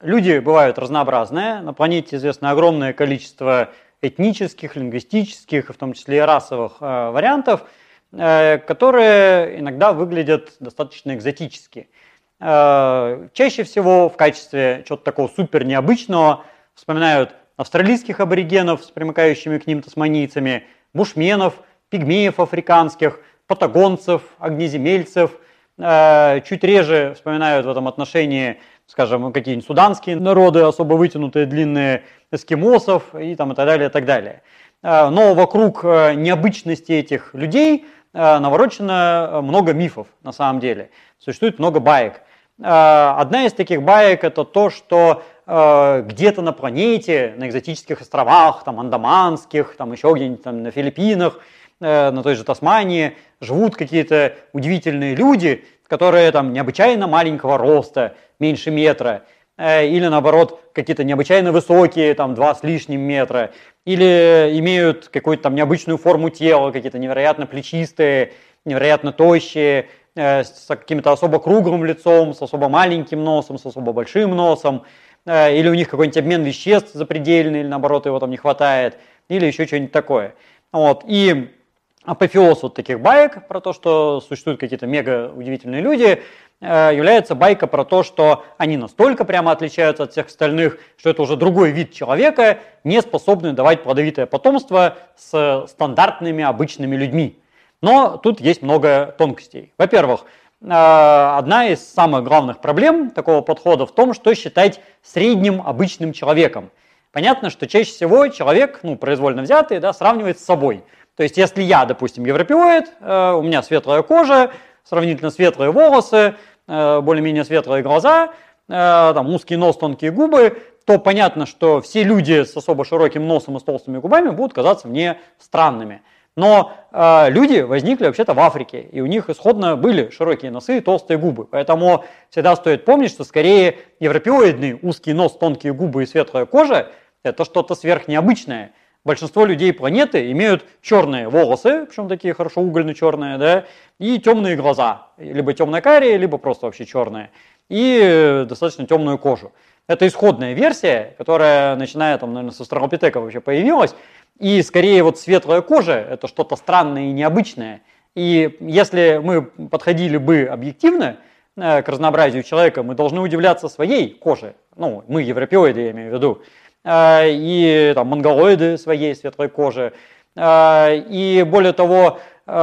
люди бывают разнообразные. На планете известно огромное количество этнических, лингвистических, в том числе и расовых вариантов, которые иногда выглядят достаточно экзотически. Чаще всего в качестве чего-то такого супер необычного вспоминают австралийских аборигенов с примыкающими к ним тасманийцами, бушменов, пигмеев африканских, патагонцев, огнеземельцев. Чуть реже вспоминают в этом отношении, скажем, какие-нибудь суданские народы, особо вытянутые, длинные, эскимосов и так далее, и так далее. Но вокруг необычности этих людей наворочено много мифов на самом деле. Существует много баек. Одна из таких баек — это то, что где-то на планете, на экзотических островах, там, андаманских, там, еще где-нибудь там, на Филиппинах, на той же Тасмании, живут какие-то удивительные люди, которые там необычайно маленького роста, меньше метра, или наоборот какие-то необычайно высокие, там 2 с лишним метра, или имеют какую-то там необычную форму тела, какие-то невероятно плечистые, невероятно тощие, с каким-то особо круглым лицом, с особо маленьким носом, с особо большим носом, или у них какой-нибудь обмен веществ запредельный, или наоборот его там не хватает, или еще что-нибудь такое. Вот. И апофеоз вот таких баек про то, что существуют какие-то мега удивительные люди, является байка про то, что они настолько прямо отличаются от всех остальных, что это уже другой вид человека, не способный давать плодовитое потомство с стандартными обычными людьми. Но тут есть много тонкостей. Во-первых, одна из самых главных проблем такого подхода в том, что считать средним обычным человеком. Понятно, что чаще всего человек, произвольно взятый, сравнивает с собой. То есть, если я, допустим, европеоид, у меня светлая кожа, сравнительно светлые волосы, более-менее светлые глаза, там, узкий нос, тонкие губы, то понятно, что все люди с особо широким носом и с толстыми губами будут казаться мне странными. Но люди возникли вообще-то в Африке, и у них исходно были широкие носы и толстые губы. Поэтому всегда стоит помнить, что скорее европеоидный узкий нос, тонкие губы и светлая кожа – это что-то сверхнеобычное. Большинство людей планеты имеют черные волосы, причем такие хорошо угольно-черные, и темные глаза, либо темно-карие, либо просто вообще черные, и достаточно темную кожу. Это исходная версия, которая, начиная наверное, с австралопитека вообще появилась, и скорее вот светлая кожа – это что-то странное и необычное. И если мы подходили бы объективно к разнообразию человека, мы должны удивляться своей коже, мы европеоиды, я имею в виду, и монголоиды своей светлой кожи. И более того,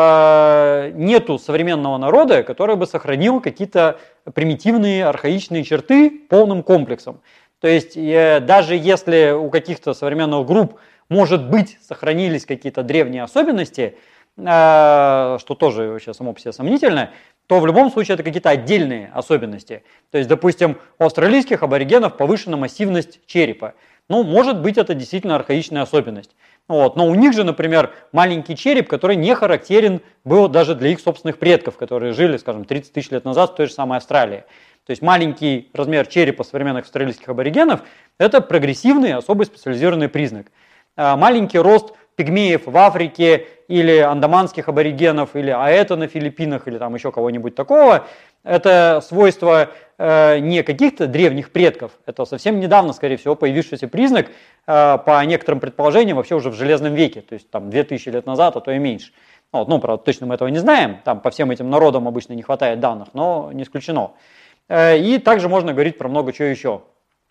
нету современного народа, который бы сохранил какие-то примитивные архаичные черты полным комплексом. То есть даже если у каких-то современных групп, может быть, сохранились какие-то древние особенности, что тоже вообще само по себе сомнительно, то в любом случае это какие-то отдельные особенности. То есть, допустим, у австралийских аборигенов повышена массивность черепа. Может быть, это действительно архаичная особенность. Но у них же, например, маленький череп, который не характерен был даже для их собственных предков, которые жили, скажем, 30 тысяч лет назад в той же самой Австралии. То есть маленький размер черепа современных австралийских аборигенов – это прогрессивный, особый специализированный признак. Маленький рост пигмеев в Африке или андаманских аборигенов, или аэто на Филиппинах, или там еще кого-нибудь такого – это свойство не каких-то древних предков, это совсем недавно, скорее всего, появившийся признак, по некоторым предположениям, вообще уже в Железном веке, то есть там 2000 лет назад, а то и меньше. Правда, точно мы этого не знаем, там по всем этим народам обычно не хватает данных, но не исключено. И также можно говорить про много чего еще.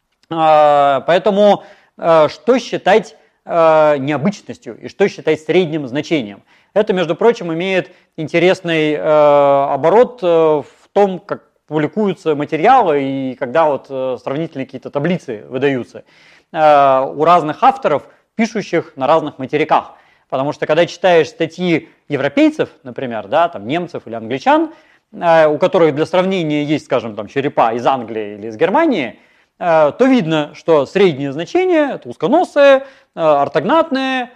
Поэтому что считать необычностью и что считать средним значением? Это, между прочим, имеет интересный оборот в том, как публикуются материалы и когда сравнительные какие-то таблицы выдаются у разных авторов, пишущих на разных материках. Потому что когда читаешь статьи европейцев, например, немцев или англичан, у которых для сравнения есть, скажем, черепа из Англии или из Германии, то видно, что среднее значение – это узконосые, ортогнатные,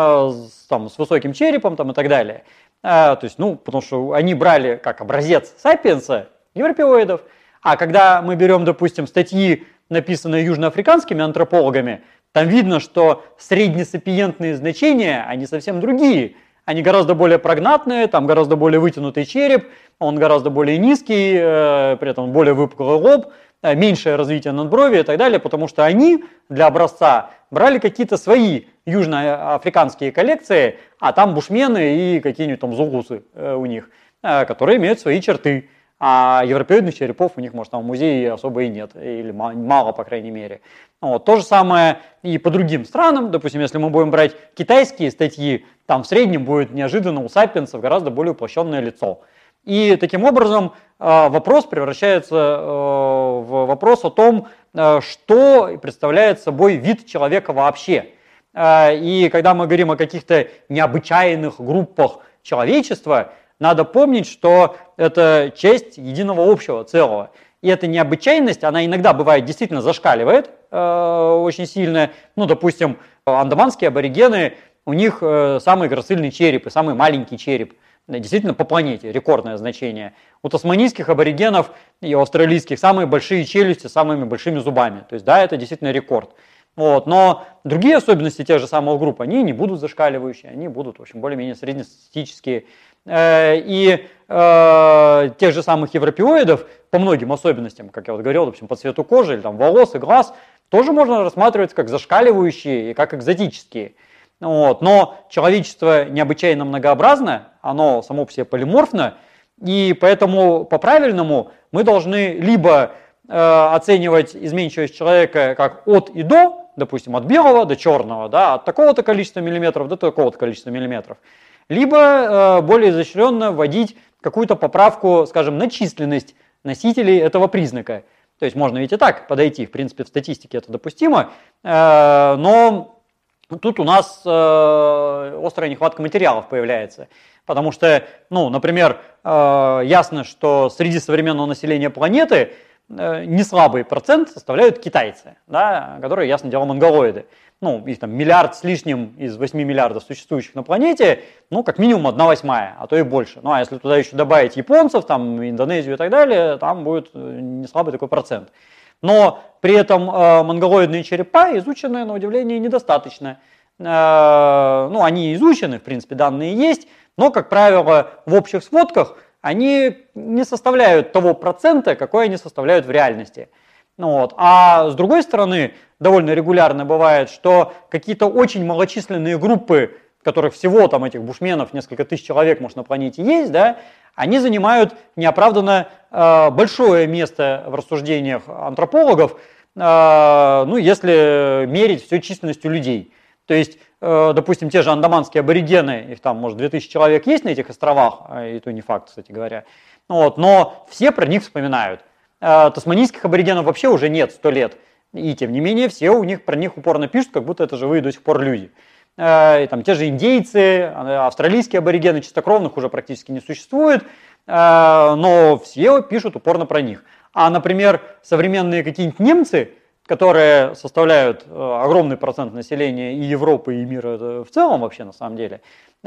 с высоким черепом и так далее. То есть, потому что они брали как образец сапиенса европеоидов, а когда мы берем, допустим, статьи, написанные южноафриканскими антропологами, там видно, что среднесапиентные значения, они совсем другие. Они гораздо более прогнатные, там гораздо более вытянутый череп, он гораздо более низкий, при этом более выпуклый лоб, меньшее развитие надбровия и так далее, потому что они для образца брали какие-то свои южноафриканские коллекции, а там бушмены и какие-нибудь там зулусы у них, которые имеют свои черты. А европеоидных черепов у них, может, там в музее особо и нет, или мало, по крайней мере. Вот. То же самое и по другим странам. Допустим, если мы будем брать китайские статьи, там в среднем будет неожиданно у сапиенсов гораздо более уплощенное лицо. И таким образом вопрос превращается в вопрос о том, что представляет собой вид человека вообще. И когда мы говорим о каких-то необычайных группах человечества, надо помнить, что это часть единого общего целого. И эта необычайность, она иногда бывает действительно зашкаливает очень сильно. Ну, допустим, андаманские аборигены, у них самый грацильный череп и самый маленький череп. Действительно по планете, рекордное значение. У тасманийских аборигенов и у австралийских самые большие челюсти с самыми большими зубами. То есть, да, это действительно рекорд. Вот. Но другие особенности тех же самых групп, они не будут зашкаливающие, они будут, в общем, более-менее среднестатистические. И тех же самых европеоидов по многим особенностям, как я вот говорил, допустим, по цвету кожи или там волос и глаз, тоже можно рассматривать как зашкаливающие и как экзотические. Вот. Но человечество необычайно многообразно, оно само по себе полиморфно, и поэтому по-правильному мы должны либо оценивать изменчивость человека как от и до, допустим, от белого до черного, да, от такого-то количества миллиметров до такого-то количества миллиметров, либо более изощренно вводить какую-то поправку, скажем, на численность носителей этого признака. То есть можно ведь и так подойти, в принципе, в статистике это допустимо, но тут у нас острая нехватка материалов появляется. Потому что, ну, например, ясно, что среди современного населения планеты неслабый процент составляют китайцы, да, которые, ясно дело, монголоиды. Ну, их там миллиард с лишним из 8 миллиардов существующих на планете, ну, как минимум 1/8, а то и больше. Ну, а если туда еще добавить японцев, там, Индонезию и так далее, там будет неслабый такой процент. Но при этом монголоидные черепа изучены, на удивление, недостаточно. Ну, они изучены, в принципе, данные есть, но, как правило, в общих сводках они не составляют того процента, какой они составляют в реальности. Вот. А с другой стороны, довольно регулярно бывает, что какие-то очень малочисленные группы, которых всего там этих бушменов, несколько тысяч человек, может, на планете есть, да, они занимают неоправданно большое место в рассуждениях антропологов, ну, если мерить все численностью людей. То есть, допустим, те же андаманские аборигены, их там, может, 2000 человек есть на этих островах, и то не факт, кстати говоря, вот, но все про них вспоминают. Тасманийских аборигенов вообще уже нет 100 лет, и тем не менее все про них упорно пишут, как будто это живые до сих пор люди. И там те же индейцы, австралийские аборигены, чистокровных уже практически не существует, но все пишут упорно про них. А, например, современные какие-нибудь немцы, которые составляют огромный процент населения и Европы, и мира в целом вообще на самом деле,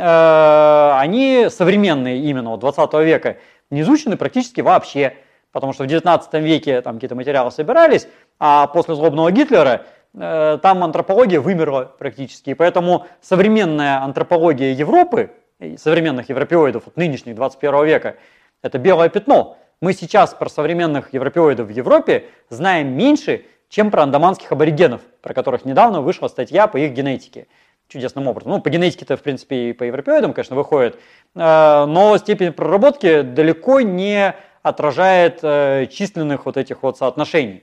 они современные именно 20 века не изучены практически вообще, потому что в 19 веке там какие-то материалы собирались, а после злобного Гитлера там антропология вымерла практически, и поэтому современная антропология Европы, современных европеоидов от нынешних 21 века, это белое пятно. Мы сейчас про современных европеоидов в Европе знаем меньше, чем про андаманских аборигенов, про которых недавно вышла статья по их генетике. Чудесным образом. Ну, по генетике-то, в принципе, и по европеоидам, конечно, выходит, но степень проработки далеко не отражает численных вот этих вот соотношений.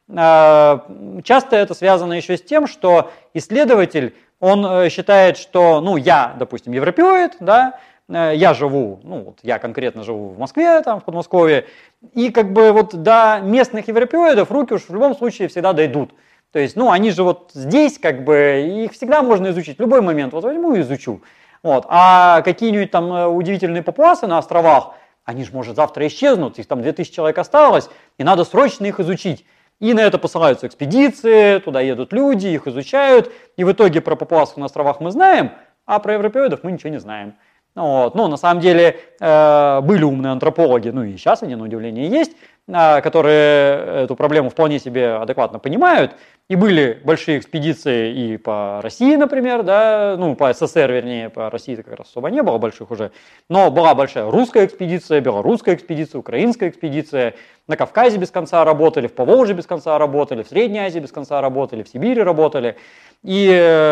Часто это связано еще с тем, что исследователь, он считает, что, ну, я, допустим, европеоид, да, я живу, ну, вот я конкретно живу в Москве, там, в Подмосковье, и как бы вот до местных европеоидов руки уж в любом случае всегда дойдут. То есть, ну, они же вот здесь, как бы, их всегда можно изучить в любой момент, вот возьму и изучу. Вот. А какие-нибудь там удивительные папуасы на островах, они же, может, завтра исчезнут, их там 2000 человек осталось, и надо срочно их изучить. И на это посылаются экспедиции, туда едут люди, их изучают, и в итоге про папуасов на островах мы знаем, а про европеоидов мы ничего не знаем. Вот. Ну, на самом деле, были умные антропологи, ну и сейчас они, на удивление, есть, которые эту проблему вполне себе адекватно понимают. И были большие экспедиции и по России, например, да, ну, по СССР, вернее, по России как раз особо не было больших уже, но была большая русская экспедиция, белорусская экспедиция, украинская экспедиция, на Кавказе без конца работали, в Поволжье без конца работали, в Средней Азии без конца работали, в Сибири работали. И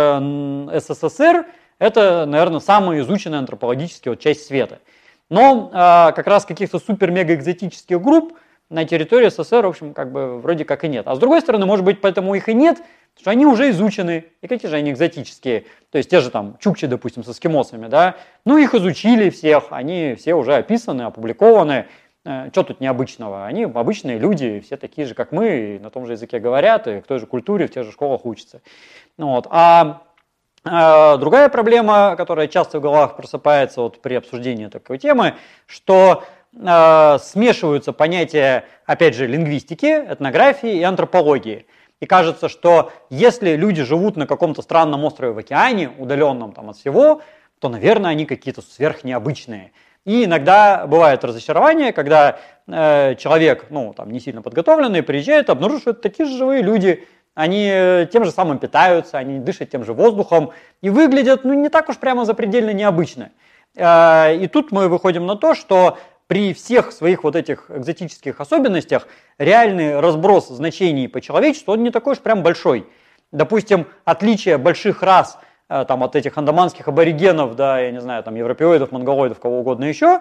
СССР – это, наверное, самая изученная антропологически вот часть света. Но как раз каких-то супер-мега-экзотических групп на территории СССР, в общем, как бы вроде как и нет. А с другой стороны, может быть, поэтому их и нет, потому что они уже изучены. И какие же они экзотические? То есть те же там чукчи, допустим, с эскимосами, да? Ну, их изучили всех, они все уже описаны, опубликованы. Что тут необычного? Они обычные люди, все такие же, как мы, и на том же языке говорят, и в той же культуре, в тех же школах учатся. Вот. Другая проблема, которая часто в головах просыпается вот при обсуждении такой темы, что смешиваются понятия, опять же, лингвистики, этнографии и антропологии. И кажется, что если люди живут на каком-то странном острове в океане, удаленном там от всего, то, наверное, они какие-то сверхнеобычные. И иногда бывает разочарование, когда человек, ну, там, не сильно подготовленный, приезжает, обнаружит, что это такие же живые люди, они тем же самым питаются, они дышат тем же воздухом и выглядят, ну, не так уж прямо запредельно необычно. И тут мы выходим на то, что при всех своих вот этих экзотических особенностях реальный разброс значений по человечеству, он не такой уж прям большой. Допустим, отличие больших рас там, от этих андаманских аборигенов, да, я не знаю, там, европеоидов, монголоидов, кого угодно еще,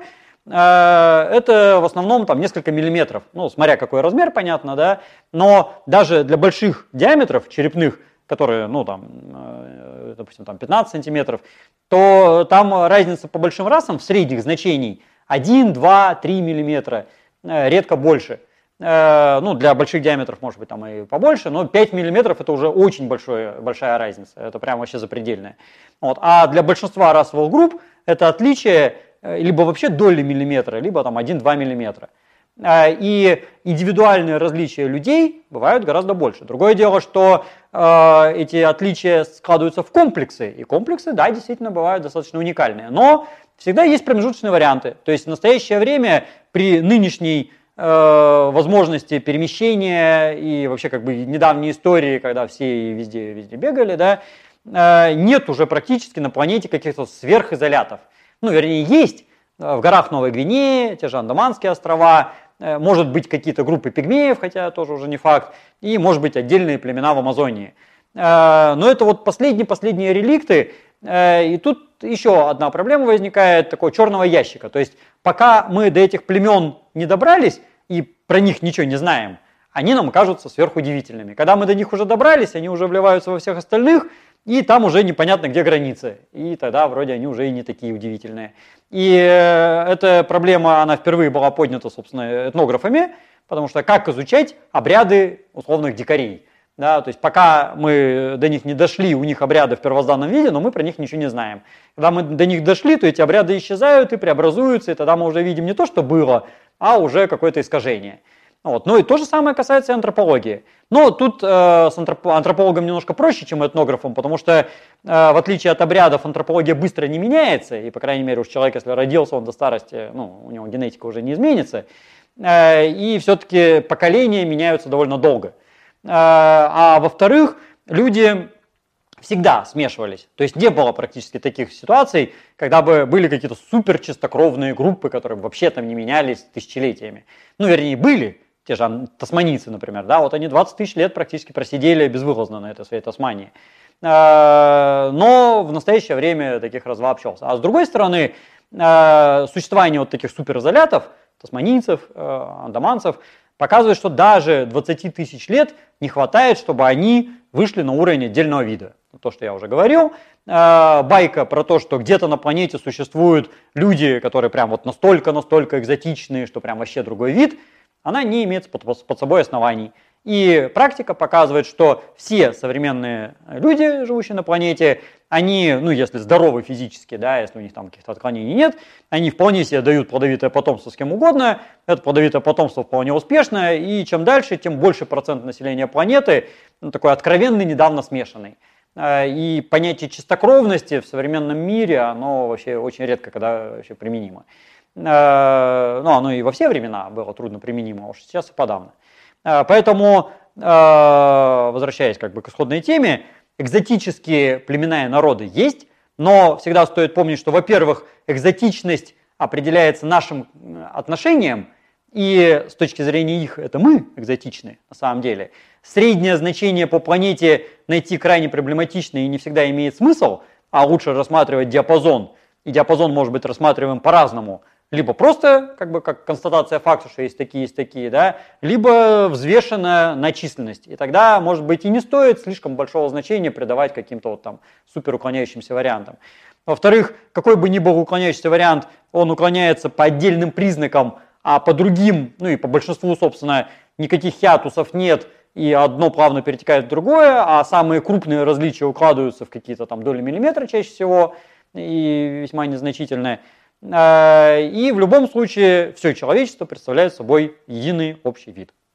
это в основном там несколько миллиметров, ну, смотря какой размер, понятно, да, но даже для больших диаметров черепных, которые, ну, там, допустим, там 15 сантиметров, то там разница по большим расам в средних значений 1, 2, 3 миллиметра, редко больше. Ну, для больших диаметров, может быть, там и побольше, но 5 миллиметров это уже очень большая разница, это прям вообще запредельная. Вот. А для большинства расовых групп это отличие либо вообще доли миллиметра, либо там 1-2 миллиметра. И индивидуальные различия людей бывают гораздо больше. Другое дело, что эти отличия складываются в комплексы, и комплексы, да, действительно бывают достаточно уникальные. Но всегда есть промежуточные варианты. То есть в настоящее время при нынешней возможности перемещения и вообще как бы недавней истории, когда все везде бегали, да, нет уже практически на планете каких-то сверхизолятов. Ну, вернее, есть в горах Новой Гвинеи, те же Андаманские острова, может быть какие-то группы пигмеев, хотя тоже уже не факт, и может быть отдельные племена в Амазонии. Но это вот последние реликты, и тут еще одна проблема возникает, такого черного ящика. То есть пока мы до этих племен не добрались и про них ничего не знаем, они нам кажутся сверхудивительными. Когда мы до них уже добрались, они уже вливаются во всех остальных, и там уже непонятно, где границы. И тогда вроде они уже и не такие удивительные. И эта проблема, она впервые была поднята, собственно, этнографами, потому что как изучать обряды условных дикарей? Да, то есть пока мы до них не дошли, у них обряды в первозданном виде, но мы про них ничего не знаем. Когда мы до них дошли, то эти обряды исчезают и преобразуются, и тогда мы уже видим не то, что было, а уже какое-то искажение. Вот. Ну и то же самое касается и антропологии. Но тут с антропологом немножко проще, чем этнографом, потому что в отличие от обрядов антропология быстро не меняется, и по крайней мере уж человек, если родился, он до старости, ну, у него генетика уже не изменится, и все-таки поколения меняются довольно долго. А во-вторых, люди всегда смешивались. То есть не было практически таких ситуаций, когда бы были какие-то супер чистокровные группы, которые вообще там не менялись тысячелетиями. Ну, вернее, были. Те же тасманийцы, например, да, вот они 20 тысяч лет практически просидели безвылазно на этой своей Тасмании. Но в настоящее время таких развал общался. А с другой стороны, существование вот таких суперизолятов, тасманийцев, андаманцев, показывает, что даже 20 тысяч лет не хватает, чтобы они вышли на уровень отдельного вида. То, что я уже говорил. Байка про то, что где-то на планете существуют люди, которые прям вот настолько экзотичные, что прям вообще другой вид, она не имеет под собой оснований. И практика показывает, что все современные люди, живущие на планете, они, ну, если здоровы физически, да, если у них там каких-то отклонений нет, они вполне себе дают плодовитое потомство с кем угодно, это плодовитое потомство вполне успешно, и чем дальше, тем больше процент населения планеты, ну, такой откровенный, недавно смешанный. И понятие чистокровности в современном мире, оно вообще очень редко когда вообще применимо. оно и во все времена было трудно применимо, а уж сейчас и подавно. Поэтому, возвращаясь как бы к исходной теме, экзотические племена и народы есть, но всегда стоит помнить, что, во-первых, экзотичность определяется нашим отношением, и с точки зрения их это мы экзотичны на самом деле. Среднее значение по планете найти крайне проблематично и не всегда имеет смысл, а лучше рассматривать диапазон. И диапазон может быть рассматриваем по-разному. Либо просто как констатация факта, что есть такие, да, либо взвешенная на численность. И тогда, может быть, и не стоит слишком большого значения придавать каким-то вот там супер уклоняющимся вариантам. Во-вторых, какой бы ни был уклоняющийся вариант, он уклоняется по отдельным признакам, а по другим, ну и по большинству, собственно, никаких хиатусов нет, и одно плавно перетекает в другое, а самые крупные различия укладываются в какие-то там доли миллиметра чаще всего, и весьма незначительные. И в любом случае все человечество представляет собой единый общий вид.